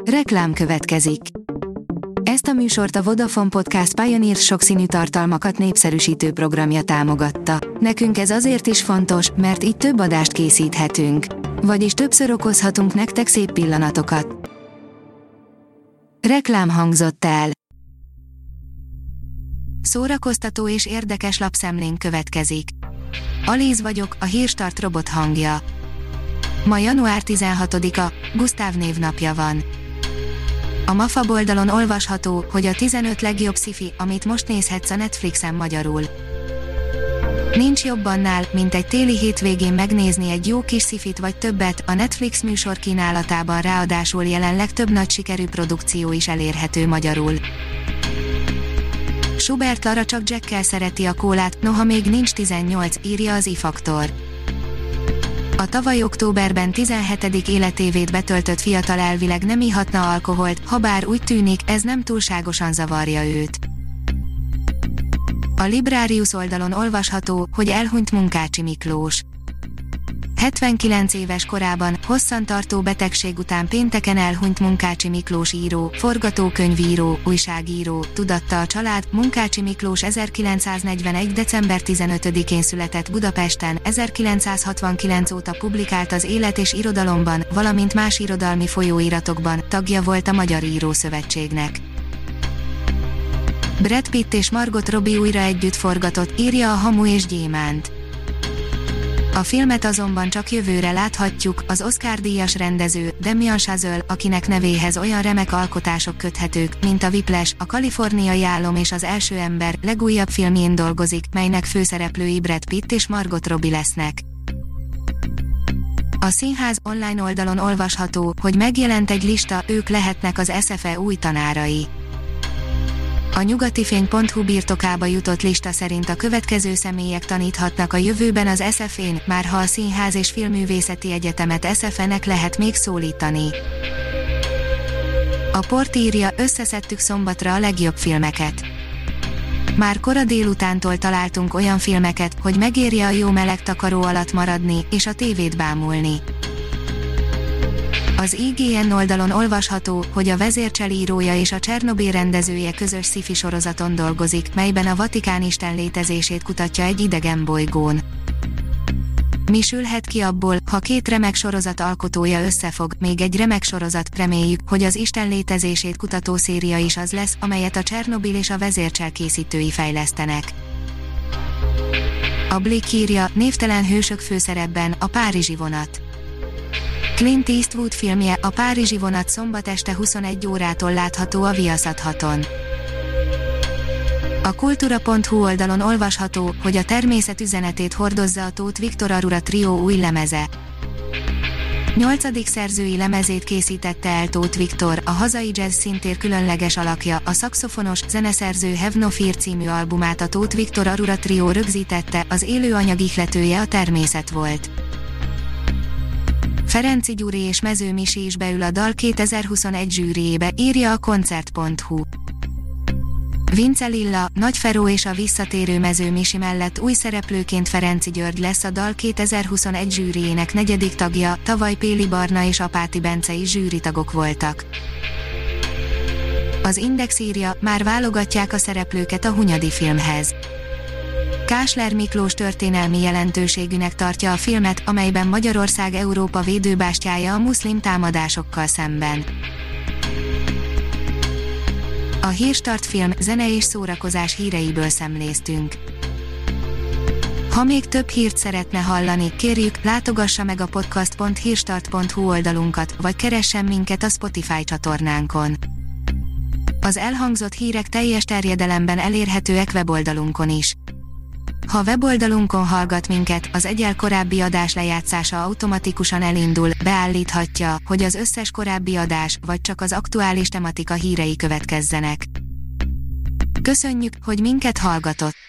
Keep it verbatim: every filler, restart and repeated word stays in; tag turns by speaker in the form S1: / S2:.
S1: Reklám következik. Ezt a műsort a Vodafone Podcast Pioneer sokszínű tartalmakat népszerűsítő programja támogatta. Nekünk ez azért is fontos, mert így több adást készíthetünk. Vagyis többször okozhatunk nektek szép pillanatokat. Reklám hangzott el. Szórakoztató és érdekes lapszemlénk következik. Alíz vagyok, a Hírstart robot hangja. Ma január tizenhatodika, Gusztáv névnapja van. A Mafab oldalon olvasható, hogy a tizenöt legjobb sci-fi, amit most nézhetsz a Netflixen magyarul. Nincs jobb annál, mint egy téli hétvégén megnézni egy jó kis sci-fit vagy többet, a Netflix műsor kínálatában ráadásul jelenleg több nagy sikerű produkció is elérhető magyarul. Schubert Lara csak Jackkel szereti a kólát, noha még nincs tizennyolc, írja az i-faktor. A tavaly októberben tizenhetedik életévét betöltött fiatal elvileg nem ihatna alkoholt, habár úgy tűnik, ez nem túlságosan zavarja őt. A Librarius oldalon olvasható, hogy elhunyt Munkácsi Miklós. hetvenkilenc éves korában, hosszantartó betegség után pénteken elhunyt Munkácsi Miklós író, forgatókönyvíró, újságíró, tudatta a család. Munkácsi Miklós ezerkilencszáznegyvenegy. december tizenötödikén született Budapesten, ezerkilencszázhatvankilenc óta publikált az Élet és Irodalomban, valamint más irodalmi folyóiratokban, tagja volt a Magyar Írószövetségnek. Brad Pitt és Margot Robbie újra együtt forgatott, írja a Hamu és Gyémánt. A filmet azonban csak jövőre láthatjuk, az Oscar-díjas rendező, Damien Chazelle, akinek nevéhez olyan remek alkotások köthetők, mint a Whiplash, a Kaliforniai álom és az első ember, legújabb filmjén dolgozik, melynek főszereplői Brad Pitt és Margot Robbie lesznek. A Színház online oldalon olvasható, hogy megjelent egy lista, ők lehetnek az es ef e új tanárai. A nyugatifény pont hu birtokába jutott lista szerint a következő személyek taníthatnak a jövőben az es ef én, már ha a Színház és Filmművészeti Egyetemet es ef e-nek lehet még szólítani. A Port írja, összeszedtük szombatra a legjobb filmeket. Már kora délutántól találtunk olyan filmeket, hogy megérje a jó meleg takaró alatt maradni, és a tévét bámulni. Az i gé en oldalon olvasható, hogy a vezércsel írója és a Csernobil rendezője közös sci-fi sorozaton dolgozik, melyben a Vatikán isten létezését kutatja egy idegen bolygón. Mi sülhet ki abból, ha két remek sorozat alkotója összefog, még egy remek sorozat, reméljük, hogy az isten létezését kutató széria is az lesz, amelyet a Csernobil és a vezércsel készítői fejlesztenek. A Blick írja, névtelen hősök főszerepben, a Párizsi vonat. Clint Eastwood filmje, a Párizsi vonat szombat este huszonegy órától látható a Viaszat haton. A kultúra pont hu oldalon olvasható, hogy a természet üzenetét hordozza a Tóth Viktor Arura Trió új lemeze. Nyolcadik szerzői lemezét készítette el Tóth Viktor, a hazai jazz szintér különleges alakja, a szaxofonos, zeneszerző Have No Fear című albumát a Tóth Viktor Arura Trió rögzítette, az élő anyag ihletője a természet volt. Ferenczy Gyuri és Mező Misi is beül a dal kétezer-huszonegy zsűriébe, írja a koncert pont hu. Vince Lilla, Nagy Feró és a visszatérő Mező Misi mellett új szereplőként Ferenczy György lesz a dal kétezer-huszonegy zsűriének negyedik tagja, tavaly Péli Barna és Apáti Bence is zsűritagok voltak. Az Index írja, már válogatják a szereplőket a Hunyadi filmhez. Kásler Miklós történelmi jelentőségűnek tartja a filmet, amelyben Magyarország Európa védőbástyája a muszlim támadásokkal szemben. A Hírstart film, zene és szórakozás híreiből szemléztünk. Ha még több hírt szeretne hallani, kérjük, látogassa meg a podcast pont hírstart pont hu oldalunkat, vagy keressen minket a Spotify csatornánkon. Az elhangzott hírek teljes terjedelemben elérhetőek weboldalunkon is. Ha weboldalunkon hallgat minket, az egyel korábbi adás lejátszása automatikusan elindul, beállíthatja, hogy az összes korábbi adás, vagy csak az aktuális tematika hírei következzenek. Köszönjük, hogy minket hallgatott!